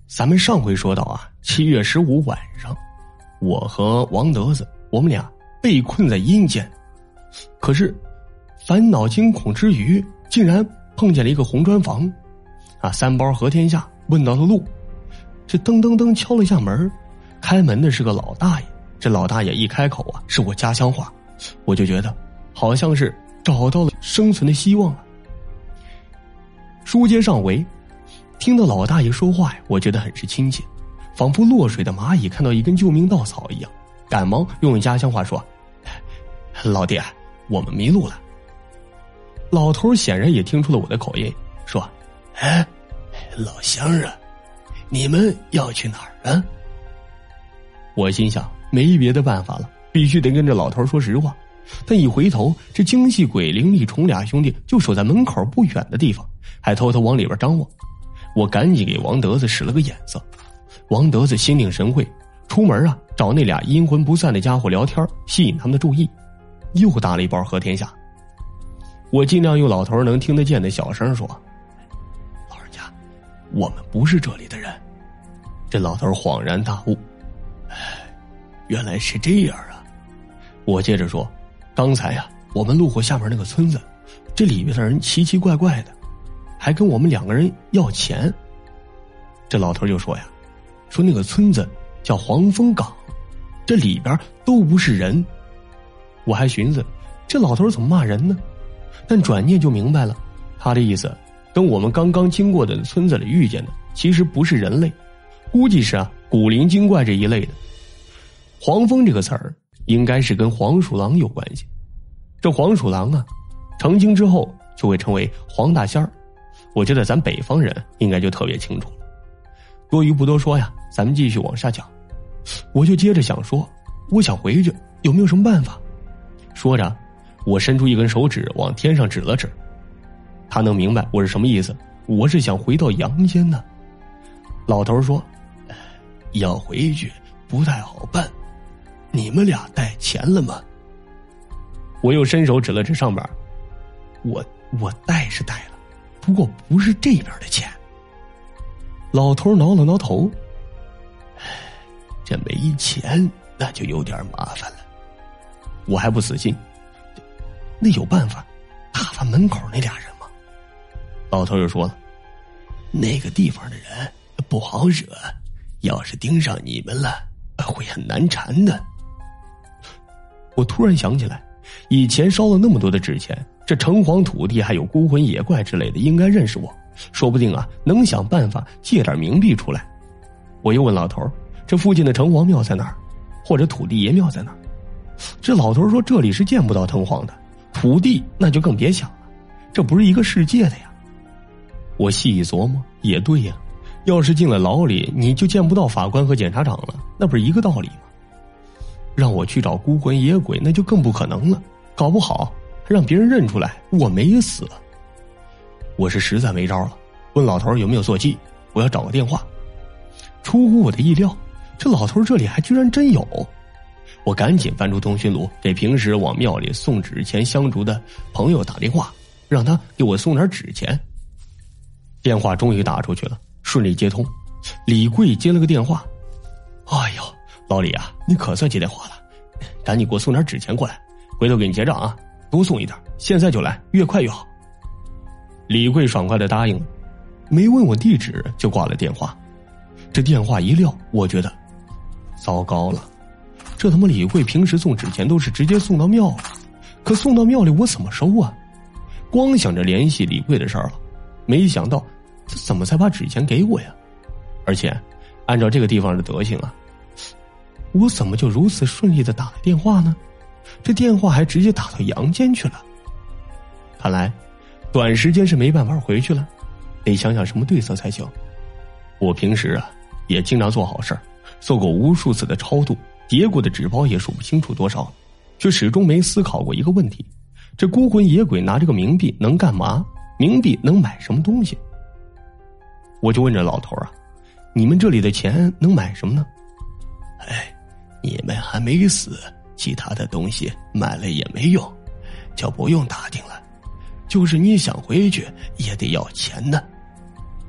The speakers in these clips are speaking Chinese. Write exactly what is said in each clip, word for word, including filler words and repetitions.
咱们上回说到啊，七月十五晚上，我和王德子，我们俩被困在阴间。可是，烦恼惊恐之余，竟然碰见了一个红砖房，啊，三包和天下问到了路，这噔噔噔敲了一下门，开门的是个老大爷。这老大爷一开口啊，是我家乡话，我就觉得好像是找到了生存的希望啊。书接上回，听到老大爷说话呀，我觉得很是亲切，仿佛落水的蚂蚁看到一根救命稻草一样，赶忙用家乡话说：“老弟，我们迷路了。”老头显然也听出了我的口音，说：“哎，老乡啊，你们要去哪儿啊？”我心想，没别的办法了，必须得跟这老头说实话。但一回头，这精细鬼灵力虫俩兄弟就守在门口不远的地方，还偷偷往里边张望。我赶紧给王德子使了个眼色，王德子心领神会，出门啊找那俩阴魂不散的家伙聊天，吸引他们的注意，又打了一包和天下。我尽量用老头能听得见的小声说：“老人家，我们不是这里的人。”这老头恍然大悟，哎，原来是这样啊。我接着说：“刚才呀、啊，我们路过下面那个村子，这里边的人奇奇怪怪的，还跟我们两个人要钱。”这老头就说呀：“说那个村子叫黄风岗，这里边都不是人。”我还寻思，这老头怎么骂人呢？但转念就明白了，他的意思跟我们刚刚经过的村子里遇见的其实不是人类，估计是啊古灵精怪这一类的。黄风这个词儿应该是跟黄鼠狼有关系，这黄鼠狼啊成精之后就会成为黄大仙儿，我觉得咱北方人应该就特别清楚了。多余不多说呀，咱们继续往下讲。我就接着想说，我想回去，有没有什么办法？说着，我伸出一根手指往天上指了指，他能明白我是什么意思，我是想回到阳间呢。老头说：“要回去不太好办，你们俩带钱了吗？”我又伸手指了指上边，我我带是带了，不过不是这边的钱。老头挠了挠头，这没钱那就有点麻烦了。我还不死心，那有办法打发门口那俩人吗？老头又说了，那个地方的人不好惹，要是盯上你们了会很难缠的。我突然想起来，以前烧了那么多的纸钱，这城隍土地还有孤魂野怪之类的应该认识我，说不定啊能想办法借点冥币出来。我又问老头，这附近的城隍庙在哪儿，或者土地爷庙在哪儿？这老头说，这里是见不到城隍的，土地那就更别想了，这不是一个世界的呀。我细一琢磨，也对呀，要是进了牢里，你就见不到法官和检察长了，那不是一个道理吗？让我去找孤魂野鬼，那就更不可能了，搞不好让别人认出来我没死。我是实在没招了，问老头有没有座机，我要找个电话。出乎我的意料，这老头这里还居然真有。我赶紧翻出通讯录，给平时往庙里送纸钱香烛的朋友打电话，让他给我送点纸钱。电话终于打出去了，顺利接通。李贵接了个电话：“哎呦，老李啊，你可算接电话了，赶紧给我送点纸钱过来，回头给你结账啊，多送一点，现在就来，越快越好。”李贵爽快地答应了，没问我地址就挂了电话。这电话一撂，我觉得糟糕了，这他妈李贵平时送纸钱都是直接送到庙了，可送到庙里我怎么收啊？光想着联系李贵的事儿了，没想到他怎么才把纸钱给我呀？而且按照这个地方的德行啊，我怎么就如此顺利的打了电话呢？这电话还直接打到阳间去了。看来短时间是没办法回去了，得想想什么对策才行。我平时啊也经常做好事儿，做过无数次的超度，叠过的纸包也数不清楚多少了，却始终没思考过一个问题：这孤魂野鬼拿这个冥币能干嘛？冥币能买什么东西？我就问这老头啊，你们这里的钱能买什么呢？哎，你们还没死，其他的东西买了也没用，就不用打听了，就是你想回去也得要钱呢。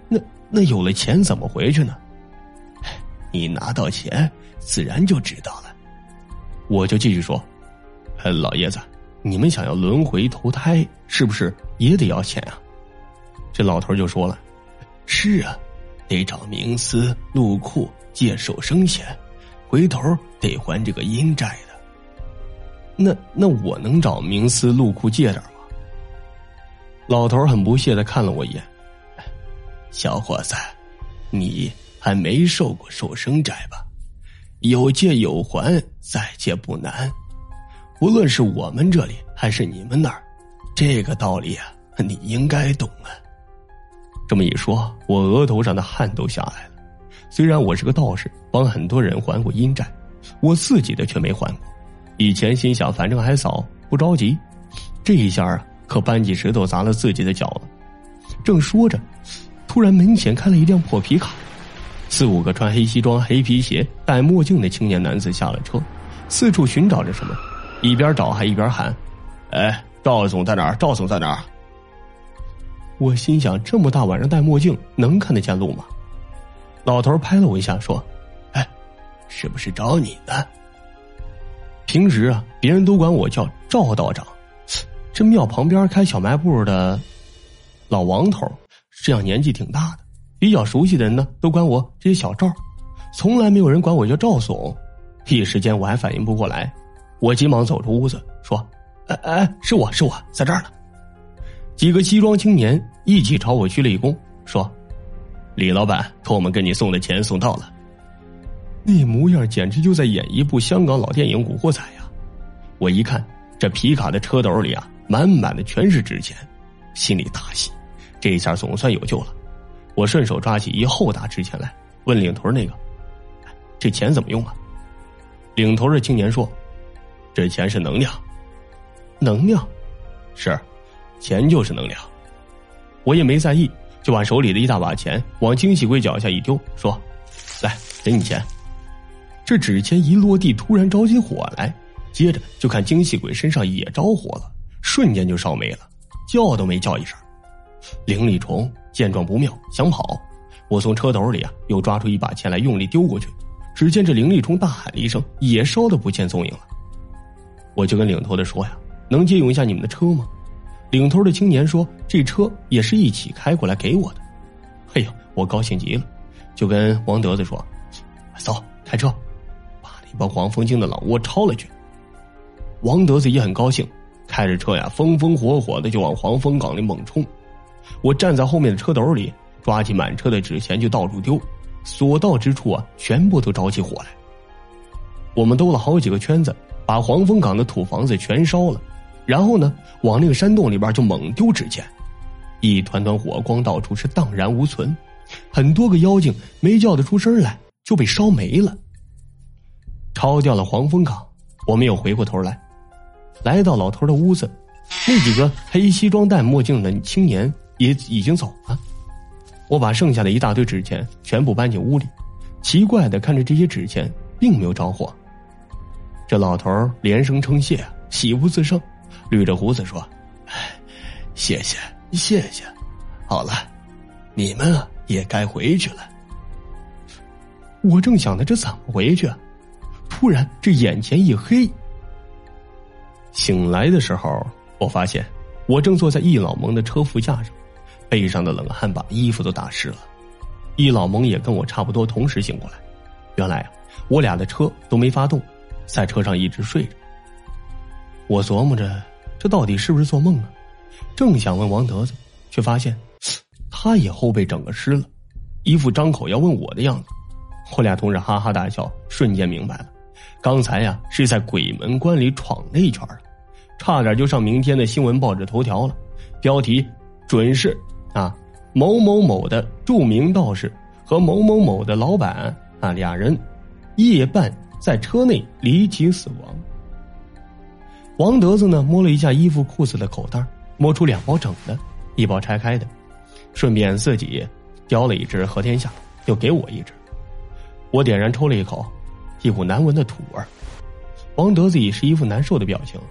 那那有了钱怎么回去呢？ 你拿到钱自然就知道了。 我就继续说，老爷子，你们想要轮回投胎，是不是也得要钱啊？这老头就说了， 是啊，得找冥司禄库借受生钱，回头得还这个阴债的。 那那我能找冥司禄库借点吗？老头很不屑地看了我一眼， 小伙子，你还没受过受生债吧？有借有还，再借不难。无论是我们这里还是你们那儿，这个道理啊，你应该懂啊。 这么一说，我额头上的汗都下来了。虽然我是个道士，帮很多人还过阴债，我自己的却没还过。以前心想反正还早，不着急，这一下啊，可搬起石头砸了自己的脚了。正说着，突然门前开了一辆破皮卡，四五个穿黑西装、黑皮鞋、戴墨镜的青年男子下了车，四处寻找着什么，一边找还一边喊：“ 哎，赵总在哪儿？赵总在哪儿？” 我心想，这么大晚上戴墨镜能看得见路吗？老头拍了我一下说：“ 哎，是不是找你呢？” 平时啊，别人都管我叫赵道长。这庙旁边开小卖部的老王头，这样年纪挺大的，比较熟悉的人呢，都管我这些小赵，从来没有人管我叫赵总。一时间我还反应不过来，我急忙走出屋子说：“哎哎，是我是我在这儿呢。”几个西装青年一起朝我鞠了一躬，说：“ 李老板托我们给你送的钱送到了。” 那模样简直就在演一部香港老电影《古惑仔》呀！我一看这皮卡的车斗里啊，满满的全是纸钱，心里大喜，这下总算有救了。我顺手抓起一厚沓纸钱来，问领头那个：“这钱怎么用啊？”领头的青年说：“ 这钱是能量。” 能量？ 是，钱就是能量。 我也没在意，就把手里的一大把钱往金喜贵脚下一丢，说：“来，给你钱。”这纸钱一落地，突然着起火来，接着就看精细鬼身上也着火了，瞬间就烧没了，叫都没叫一声。凌厉虫见状不妙，想跑，我从车斗里啊又抓出一把钱来，用力丢过去。只见这凌厉虫大喊了一声，也烧得不见踪影了。我就跟领头的说呀：“能借用一下你们的车吗？”领头的青年说：“这车也是一起开过来给我的。”哎呦，我高兴极了，就跟王德子说：“走，开车。”把黄风精的老窝抄了去。王德子也很高兴，开着车呀，风风火火的就往黄风港里猛冲。我站在后面的车斗里，抓起满车的纸钱就到处丢，所到之处啊，全部都着起火来。我们兜了好几个圈子，把黄风港的土房子全烧了，然后呢，往那个山洞里边就猛丢纸钱，一团团火光到处是荡然无存，很多个妖精没叫得出声来，就被烧没了。抄掉了黄风港，我们又回过头来，来到老头的屋子，那几个黑西装戴墨镜的青年也已经走了。我把剩下的一大堆纸钱全部搬进屋里，奇怪的看着这些纸钱并没有着火。这老头连声称谢啊，喜不自胜，捋着胡子说：“ 谢谢谢谢，好了，你们啊也该回去了。” 我正想着这怎么回去啊，突然这眼前一黑，醒来的时候，我发现我正坐在易老蒙的车副驾上，背上的冷汗把衣服都打湿了。易老蒙也跟我差不多同时醒过来，原来啊，我俩的车都没发动，在车上一直睡着。我琢磨着这到底是不是做梦啊，正想问王德子，却发现他也后背整个湿了，一副张口要问我的样子。我俩同时哈哈大笑，瞬间明白了，刚才呀是在鬼门关里闯了一圈了，差点就上明天的新闻报纸头条了，标题准是啊某某某的著名道士和某某某的老板啊俩人夜半在车内离奇死亡。王德子呢摸了一下衣服裤子的口袋，摸出两包整的，一包拆开的，顺便自己叼了一只和天下，又给我一只。我点燃抽了一口，一股难闻的土味。王德子也是一副难受的表情，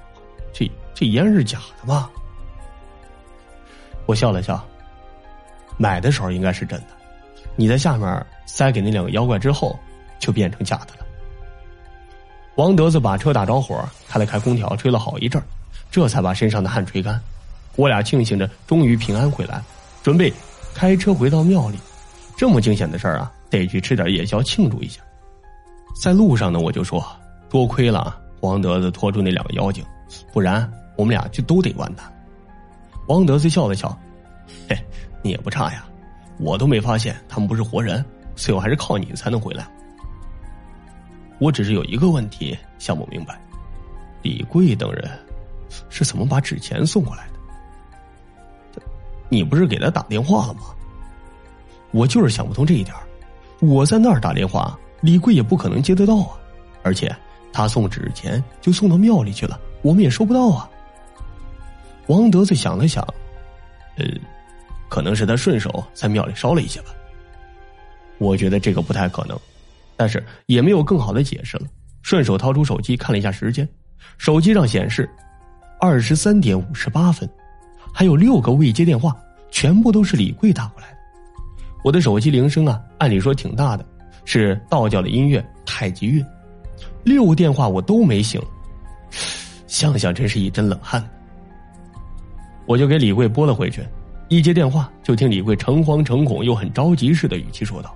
这这烟是假的吧？我笑了笑， 买的时候应该是真的，你在下面塞给那两个妖怪之后，就变成假的了。王德子把车打着火，开了开空调，吹了好一阵儿，这才把身上的汗吹干。我俩庆幸着终于平安回来，准备开车回到庙里。这么惊险的事儿啊，得去吃点夜宵庆祝一下。在路上呢，我就说多亏了王德子拖住那两个妖精，不然我们俩就都得完蛋。王德子笑了笑，嘿，你也不差呀，我都没发现他们不是活人，最后还是靠你才能回来。我只是有一个问题想不明白，李贵等人是怎么把纸钱送过来的？你不是给他打电话了吗？我就是想不通这一点。我在那儿打电话，李贵也不可能接得到啊，而且他送纸钱就送到庙里去了，我们也收不到啊。王德子想了想，呃，可能是他顺手在庙里烧了一些吧。我觉得这个不太可能，但是也没有更好的解释了。顺手掏出手机看了一下时间，手机上显示二十三点五十八分，还有六个未接电话，全部都是李贵打过来的。我的手机铃声啊，按理说挺大的，是道教的音乐太极韵，六个电话我都没醒，想想真是一阵冷汗。我就给李贵拨了回去，一接电话就听李贵诚惶诚恐又很着急似的语气说道：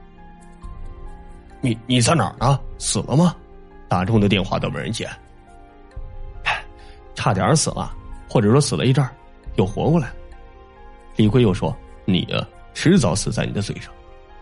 你你在哪儿呢？死了吗？打中的电话都没人接。差点死了，或者说死了一阵儿又活过来了。李贵又说：你啊，迟早死在你的嘴上。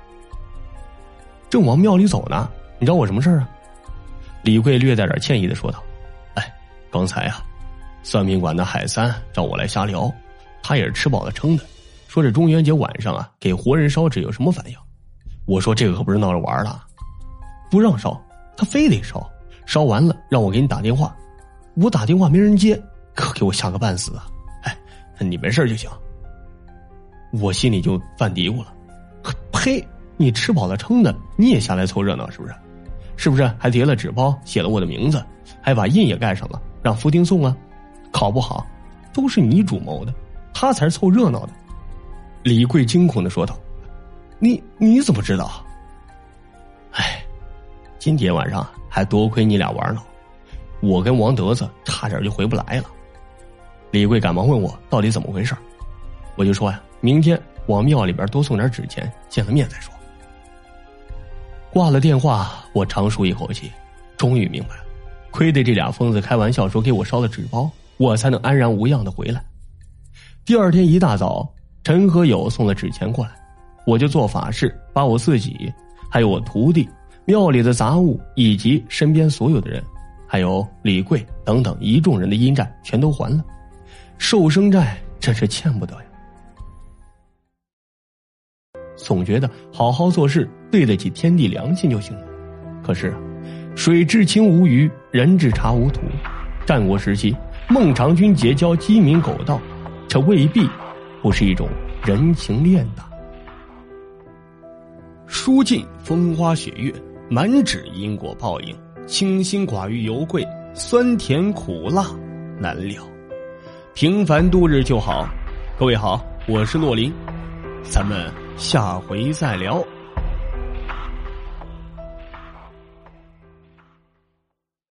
正往庙里走呢，你找我什么事儿啊？李贵略带点歉意的说道：哎，刚才啊，算命馆的海三找我来瞎聊，他也是吃饱了撑的，说这中元节晚上啊给活人烧纸有什么反应。我说这个可不是闹着玩的，不让烧他非得烧，烧完了让我给你打电话，我打电话没人接，可给我吓个半死啊！哎，你没事就行。我心里就犯嘀咕了，呸！你吃饱了撑的，你也下来凑热闹是不是？是不是还叠了纸包，写了我的名字，还把印也盖上了，让福丁送啊？考不好，都是你主谋的，他才是凑热闹的。李贵惊恐地说道：你你怎么知道？哎，今天晚上还多亏你俩玩闹，我跟王德子差点就回不来了。李贵赶忙问我到底怎么回事，我就说呀，明天往庙里边多送点纸钱，见了面再说。挂了电话，我长舒一口气，终于明白了，亏得这俩疯子开玩笑说给我烧了纸包，我才能安然无恙的回来。第二天一大早，陈和友送了纸钱过来，我就做法事，把我自己还有我徒弟、庙里的杂物以及身边所有的人，还有李贵等等一众人的阴债全都还了，寿生债真是欠不得呀。总觉得好好做事，对得起天地良心就行了。可是水至清无鱼，人至察无途。战国时期孟尝君结交鸡鸣狗盗，这未必不是一种人情练达。书尽风花雪月，满纸因果报应，清心寡欲油贵，酸甜苦辣难料。平凡度日就好。各位好，我是洛林，咱们下回再聊。